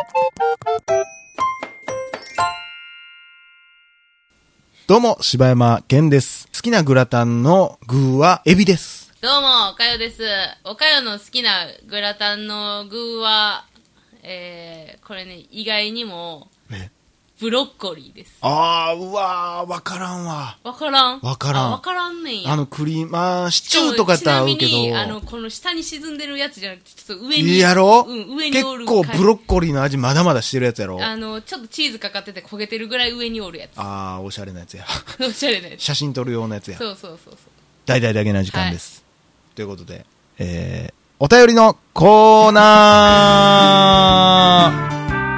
どうも、柴山健です。好きなグラタンの具はエビです。 どうも、おかよです。おかよの好きなグラタンの具は、これね、意外にも、ブロッコリーです。 あー、うわー、わからんわ。 わからんわからん。 わからんねんや。 クリーマー、シチューとかやったら合うけど。 ちなみに、この下に沈んでるやつじゃなくて、ちょっと上に。 やろ、 上におる。 結構ブロッコリーの味まだまだしてるやつやろ。 ちょっとチーズかかってて焦げてるぐらい上におるやつ。 あー、おしゃれなやつや。 おしゃれなやつ。 写真撮るようなやつや。 そう。 大々だけな時間です。はい、ということで、お便りのコーナー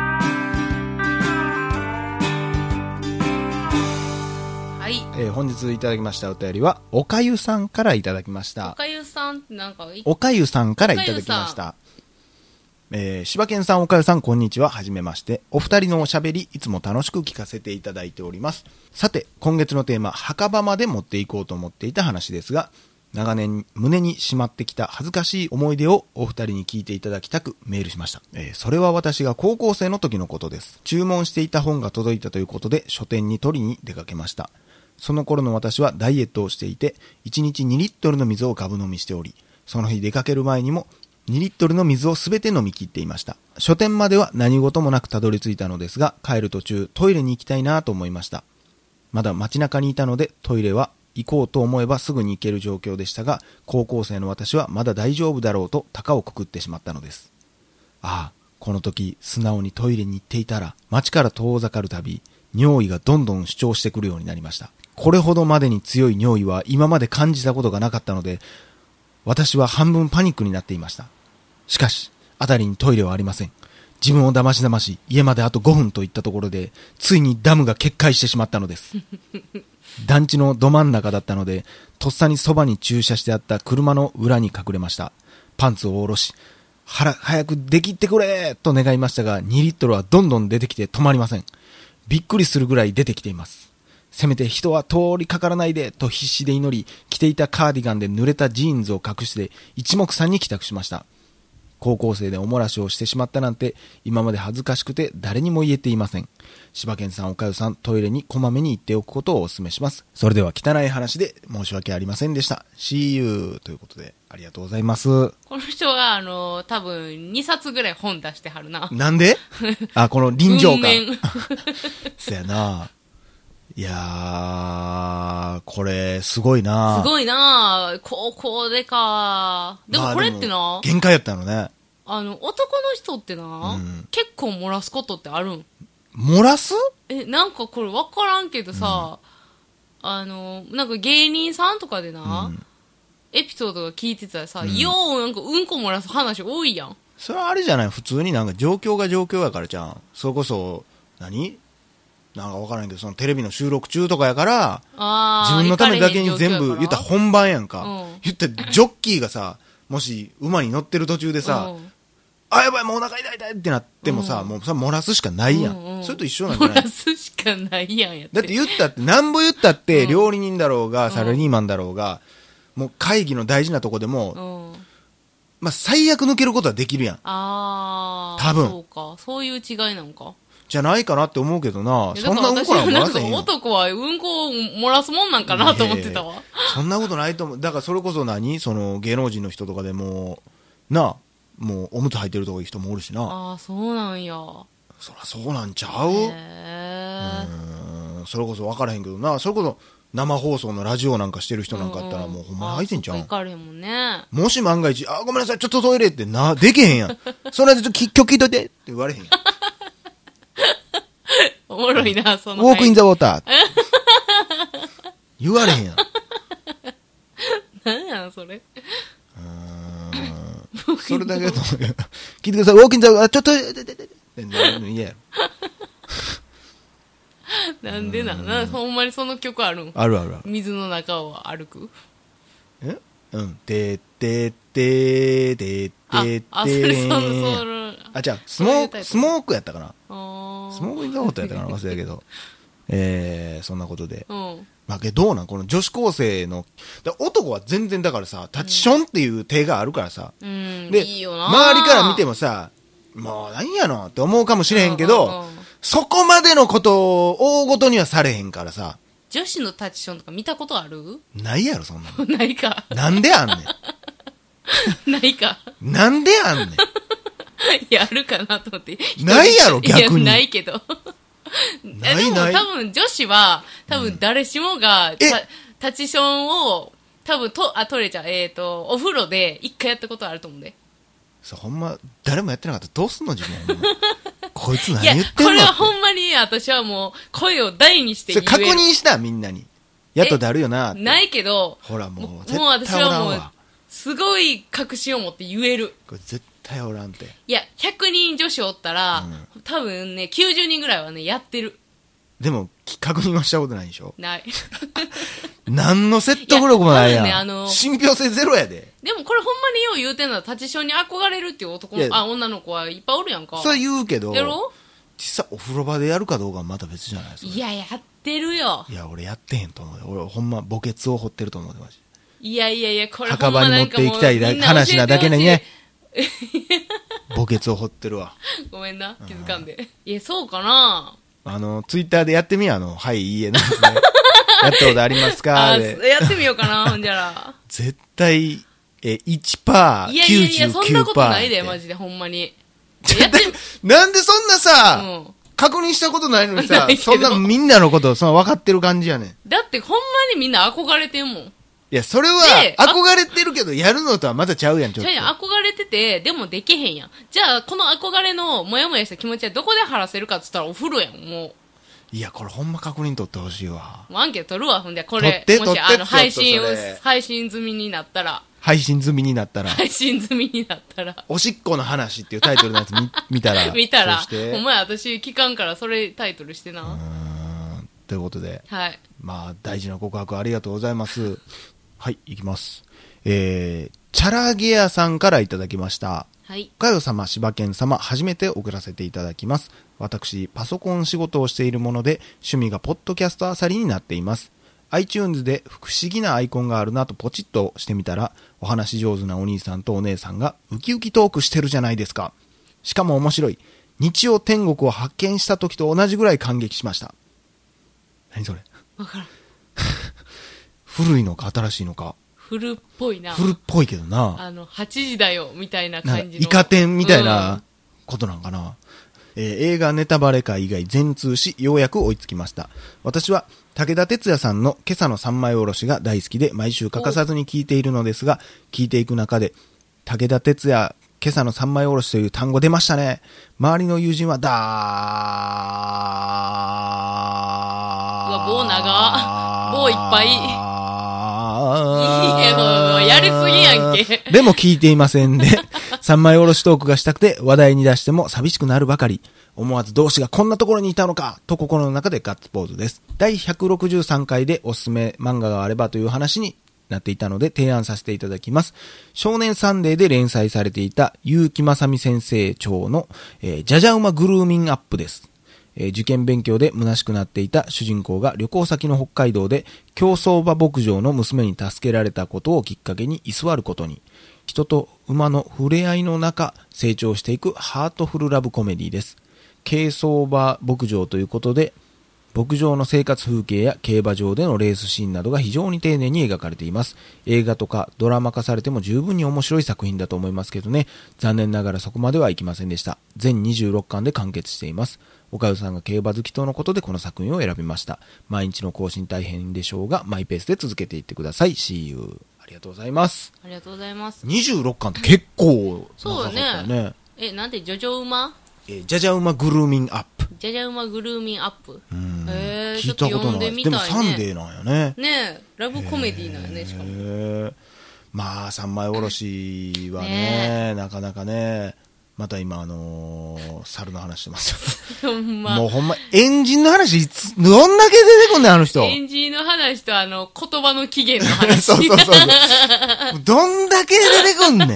本日いただきましたお便りはおかゆさんからいただきました。 おかゆさんってなんかおかゆさんからいただきました。柴犬さん、おかゆさん、こんにちは。はじめまして。お二人のおしゃべりいつも楽しく聞かせていただいております。さて、今月のテーマ、墓場まで持っていこうと思っていた話ですが、長年胸にしまってきた恥ずかしい思い出をお二人に聞いていただきたくメールしました。それは私が高校生の時のことです。注文していた本が届いたということで書店に取りに出かけました。その頃の私はダイエットをしていて、1日2リットルの水をガブ飲みしており、その日出かける前にも2リットルの水をすべて飲み切っていました。書店までは何事もなくたどり着いたのですが、帰る途中トイレに行きたいなと思いました。まだ街中にいたのでトイレは行こうと思えばすぐに行ける状況でしたが、高校生の私はまだ大丈夫だろうと高をくくってしまったのです。ああ、この時素直にトイレに行っていたら、街から遠ざかるたび尿意がどんどん主張してくるようになりました。これほどまでに強い尿意は今まで感じたことがなかったので、私は半分パニックになっていました。しかし、辺りにトイレはありません。自分をだまし家まであと5分といったところで、ついにダムが決壊してしまったのです。団地のど真ん中だったので、とっさにそばに駐車してあった車の裏に隠れました。パンツを下ろし、早くできってくれと願いましたが、2リットルはどんどん出てきて止まりません。びっくりするぐらい出てきています。せめて人は通りかからないでと必死で祈り、着ていたカーディガンで濡れたジーンズを隠して一目散に帰宅しました。高校生でおもらしをしてしまったなんて今まで恥ずかしくて誰にも言えていません。柴犬さん、おかゆさん、トイレにこまめに行っておくことをお勧めします。それでは汚い話で申し訳ありませんでした。See you ということでありがとうございます。この人は多分2冊ぐらい本出してはるな。 なんでこの臨場感。そやな。いやー、これ、すごいな。 すごいな。高校でか。でもこれってな。 限界やったのね。 男の人ってな、結構漏らすことってあるん？ 漏らす？ なんかこれ分からんけどさ、なんか芸人さんとかでな、エピソードが聞いてたらさ、ようなんかうんこ漏らす話多いやん。 それはあれじゃない？普通になんか状況が状況やからじゃん。それこそ、なんか分からんけど、そのテレビの収録中とかやから、自分のためだけに全部言ったら本番やんか。言ったらジョッキーがさ、もし馬に乗ってる途中でさ、やばい、もうお腹痛いってなってもさ、もうさ、漏らすしかないやん。それと一緒なんじゃない？ 漏らすしかないやんやって。 だって言ったって、なんぼ言ったって、料理人だろうが、サラリーマンだろうが、もう会議の大事なとこでも、まあ、最悪抜けることはできるやん。多分。 そうか。そういう違いなのか。 じゃないかなって思うけどな。そんなうんこは漏らせへんよ。 男はうんこを漏らすもんなんかなと思ってたわ。 そんなことないと思う。だからそれこそその芸能人の人とかでも、もうおむつ履いてるとかいう人もおるしな。 そうなんや。 そらそうなんちゃう？それこそ分からへんけどな。それこそ生放送のラジオなんかしてる人なんかあったらもうほんまに履いてんちゃう？ 分からへんもんね。 もし万が一、ごめんなさい、ちょっとトイレってできへんやん。それでちょっと今日聞いといてって言われへんやん。 おもろいな、その。 ウォークインザウォーター。言われへんやん。 何やん、それ。 それだけだと思うけど。聞いてください、ウォークインザウォーター、ちょっと、ってなるの嫌やろ。 なんでほんまにその曲あるん？ あるある。 水の中を歩く？ てってってってってってじゃあスモークやったかな。スモークインザウォーターやったかな、忘れたけど。そんなことで。まあ、どうなんこの女子高生の、男は全然だからさ、タッチションっていう手があるからさ。で、 いいよな。 周りから見てもさ、 もう何やのって思うかもしれへんけど、 うんうんうん、 そこまでのことを大ごとにはされへんからさ。 女子のタッチションとか見たことある？ ないやろ、そんなの。 ないか。 なんであんねん。ないか。 なんであんねん。 いや、あるかなと思って。 ないやろ、逆に。 いや、ないけど。 ないでもない。 多分女子は、多分誰しもが、タッチションを、多分取れちゃう。お風呂で一回やったことあると思うんで。 そう、ほんま、誰もやってなかったらどうすんの自分。こいつ何言ってんのって。 いや、これはほんまに、私はもう、声を大にして言える。 それ確認したみんなに。やっとであるよな。 ないけど、 ほらもう、 もう私はもう、すごい確信を持って言える。 これ絶対おらんて。 いや、100人女子おったら、多分ね、90人ぐらいはね、やってる。 でも、確認はしたことないでしょ？ ない。 何の説得力もないやん。 ね、 信憑性ゼロやで。 でもこれほんまによう言うてんのは、タッチションに憧れるっていう女の子はいっぱいおるやんか。 それ言うけど、 やろ？ 実際お風呂場でやるかどうかはまた別じゃないですか。 いや、やってるよ。 いや、俺やってへんと思う。俺ほんま墓穴を掘ってると思うで、マジ。 いや、これ墓場に持っていきたい話なだけにね。墓穴を掘ってるわ。 ごめんな、気づかんで。いや、そうかな。 ツイッターでやってみはい、いいえなんですね。やったことありますかで。 やってみようかな、ほんじゃら。 絶対、1%、99%。 いや、そんなことないで、マジで、ほんまに。 なんでそんなさ、確認したことないのにさ、そんなみんなのこと分かってる感じやねん。 だってほんまにみんな憧れてんもん。いや、それは、憧れてるけど、やるのとはまたちゃうやん、ちょっと。 憧れてて、でもできへんやん。じゃあ、この憧れのモヤモヤした気持ちはどこで晴らせるかって言ったらお風呂やん、もう。 いや、これほんま確認取ってほしいわ。 アンケート取るわ、ほんで、これ。 もし、 配信済みになったら。 配信済みになったら。 おしっこの話っていうタイトルのやつ見たら。 見たら。ほんまや、私聞かんからそれタイトルしてな。 ということで。 はい。 まあ、大事な告白ありがとうございます。はい、いきます。チャラゲヤさんからいただきました。 はい。 かよ様、柴犬様、初めて送らせていただきます。私、パソコン仕事をしているもので、趣味がポッドキャストあさりになっています。iTunes で不思議なアイコンがあるなとポチッとしてみたら、お話上手なお兄さんとお姉さんがウキウキトークしてるじゃないですか。しかも面白い。日曜天国を発見した時と同じぐらい感激しました。何それ？ わからん。 古いのか新しいのか。 古っぽいな。 古っぽいけどな。 8時だよ、みたいな感じの。 イカ天みたいなことなんかな。映画ネタバレ会以外全通し、ようやく追いつきました。私は武田鉄矢さんの今朝の三枚おろしが大好きで毎週欠かさずに聞いているのですが、聞いていく中で武田鉄矢今朝の三枚おろしという単語出ましたね。周りの友人は棒いっぱい。いいよ、もうやりすぎやんけ。 でも聞いていませんで、三枚おろしトークがしたくて話題に出しても寂しくなるばかり。思わず同志がこんなところにいたのかと心の中でガッツポーズです。第163回でおすすめ漫画があればという話になっていたので提案させていただきます。少年サンデーで連載されていた結城正美先生著の、じゃじゃ馬グルーミングアップです。受験勉強で虚しくなっていた主人公が旅行先の北海道で競走馬牧場の娘に助けられたことをきっかけに居座ることに、人と馬の触れ合いの中成長していくハートフルラブコメディです。競走馬牧場ということで、牧場の生活風景や競馬場でのレースシーンなどが非常に丁寧に描かれています。映画とかドラマ化されても十分に面白い作品だと思いますけどね。残念ながらそこまではいきませんでした。全26巻で完結しています。岡代さんが競馬好きとのことでこの作品を選びました。毎日の更新大変でしょうが、マイペースで続けていってください。See you。ありがとうございます。 ありがとうございます。 26巻って結構長かったよね。 そうね。なんでジョジョ馬？ じゃじゃ馬グルーミングアップ。 じゃじゃ馬グルーミングアップ。 聞いたことない。でもサンデーなんやね。 ねえ、ラブコメディなんやね、しかも。 まあ、三枚おろしはね、なかなかね、また今猿の話してますよ。もうほんま、エンジンの話、どんだけ出てくんねん、あの人。 エンジンの話と言葉の起源の話。 そう。どんだけ出てくんねん。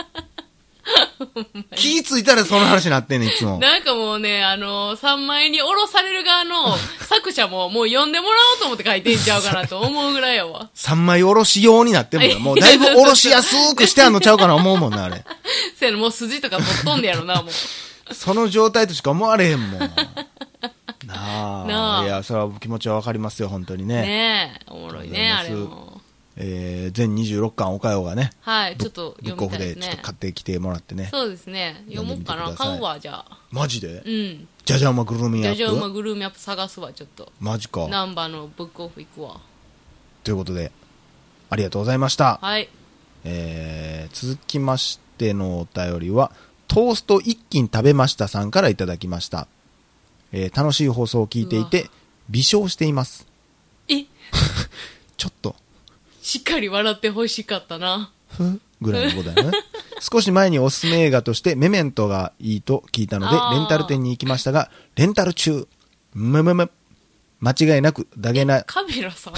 気ついたらその話になってんねん、いつも。 なんかもうね、三枚に下ろされる側の作者ももう読んでもらおうと思って書いてんちゃうかなと思うぐらいやわ。 三枚下ろし用になってんもんな。もうだいぶ下ろしやすくしてあんのちゃうかな思うもんな、あれ。 せやの、もう筋とか取っとんでやろな、もう。 その状態としか思われへんもん。なあ。 なあ。 いや、それは気持ちはわかりますよ、本当にね。 ねえ、おもろいね、あれも。 全26巻おかよがね。 はい、ちょっと読みたいですね。 ブックオフでちょっと買ってきてもらってね。 そうですね。読もうかな。買うわ、じゃあ。 マジで？ うん。 じゃじゃ馬グルーミーアップ？ じゃじゃ馬グルーミーアップ探すわ、ちょっと。 マジか。 ナンバーのブックオフ行くわ。 ということで、ありがとうございました。 はい。 続きましてのお便りは、トースト一斤食べましたさんからいただきました。楽しい放送を聞いていて、微笑しています。 えちょっと。 しっかり笑ってほしかったな。 ぐらいのことだよね。少し前におすすめ映画としてメメントがいいと聞いたので、レンタル店に行きましたが、レンタル中。間違いなくダゲナ、 カビラさん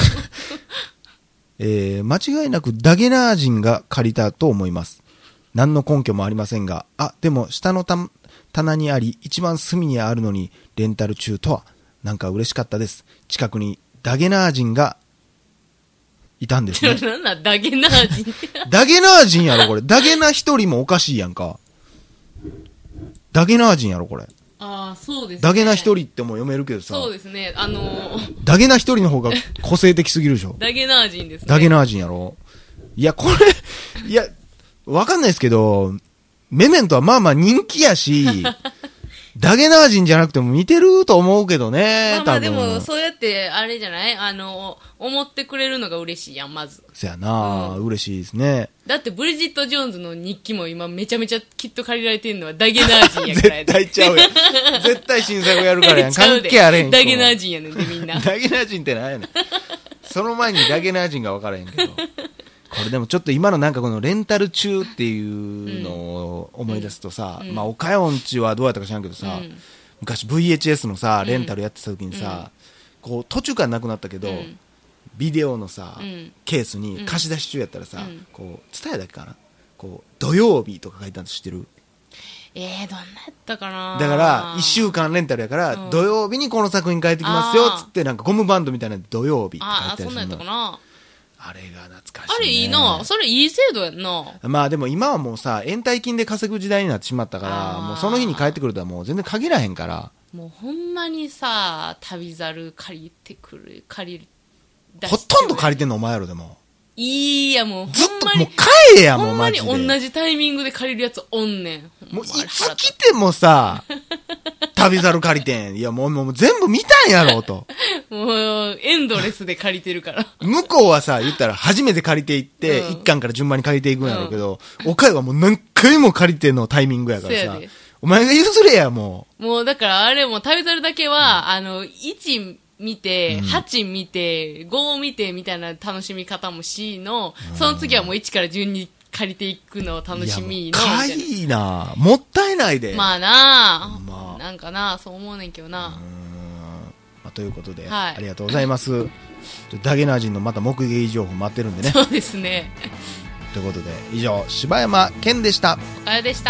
間違いなくダゲナー人が借りたと思います。何の根拠もありませんが、でも下の棚にあり、一番隅にあるのにレンタル中とは、なんか嬉しかったです。近くにダゲナー人がいたんですね。 なんだ、ダゲナー人ダゲナー人やろ、これ。ダゲナ一人もおかしいやんか。ダゲナー人やろ、これ。 そうですね。 ダゲナ一人っても読めるけどさ。 そうですね。 ダゲナ一人の方が個性的すぎるでしょ。 ダゲナー人ですね。 ダゲナー人やろ。いや、これ、いや、わかんないですけど、メメントはまあまあ人気やし、ダゲナー人じゃなくても見てると思うけどね、 まあでも、そうやって、あれじゃない思ってくれるのが嬉しいやん、まず。 そやな、嬉しいですね。 だって、ブリジット・ジョーンズの日記も今めちゃめちゃきっと借りられてるのはダゲナー人やからや絶対ちゃうやん。絶対新作やるからやん。関係あれへん。 ダゲナー人やねんで、みんな。 ダゲナー人って何やねん。その前にダゲナー人が分からへんけど。これでもちょっと今のなんかこのレンタル中っていうのを思い出すとさ、まあ岡山んちはどうやったか知らんけどさ、昔 VHS のさ、レンタルやってた時にさ、こう途中からなくなったけど、ビデオのさ、ケースに貸し出し中やったらさ、こう、ツタヤだけかな、こう、土曜日とか書いたの知ってる？ どんなやったかな。 だから、1週間レンタルやから、土曜日にこの作品書いてきますよ、つって、なんかゴムバンドみたいな土曜日って書いてある。 そんなんやったかな。 あれが懐かしい、ね。 あれいいな。それいい制度やんな。 まあでも今はもうさ、延滞金で稼ぐ時代になってしまったから、もうその日に帰ってくるとはもう全然限らへんから。 もうほんまにさ、旅猿借りる。 ほとんど借りてんのお前やろ、でも。 いいや、もうずっともう帰れや、もうマジで。 ほんまに同じタイミングで借りるやつおんねん。 もういつ来てもさ、旅猿借りてん。いやもう全部見たんやろ、と。 もう、エンドレスで借りてるから。 向こうはさ、言ったら初めて借りていって、一巻から順番に借りていくんやろうけど、岡山はもう何回も借りてんのタイミングやからさ。お前が譲れや、もう。もうだからあれも旅猿だけは、1見て、8見て、5見てみたいな楽しみ方もしの、その次はもう1から順に借りていくのを楽しみの。 かいいな。もったいないで。 まあなあ、なんかな、そう思うねんけどな。 ということで、ありがとうございます。ダゲナー人のまた目撃情報待ってるんでね。 そうですね。 ということで、以上、柴山健でした。 おかよでした。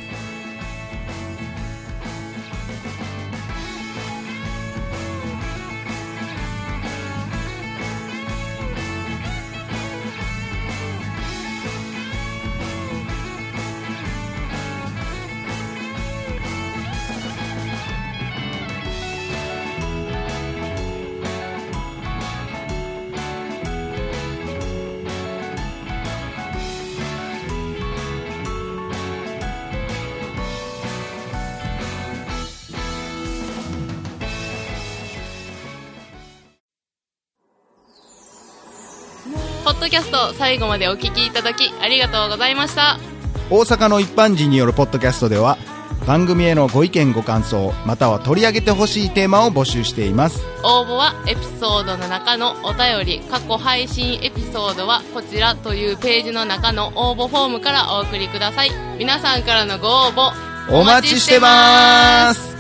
ポッドキャスト最後までお聞きいただきありがとうございました。 大阪の一般人によるポッドキャストでは番組へのご意見ご感想または取り上げてほしいテーマを募集しています。 応募はエピソードの中のお便り過去配信エピソードはこちらというページの中の応募フォームからお送りください。皆さんからのご応募お待ちしてます。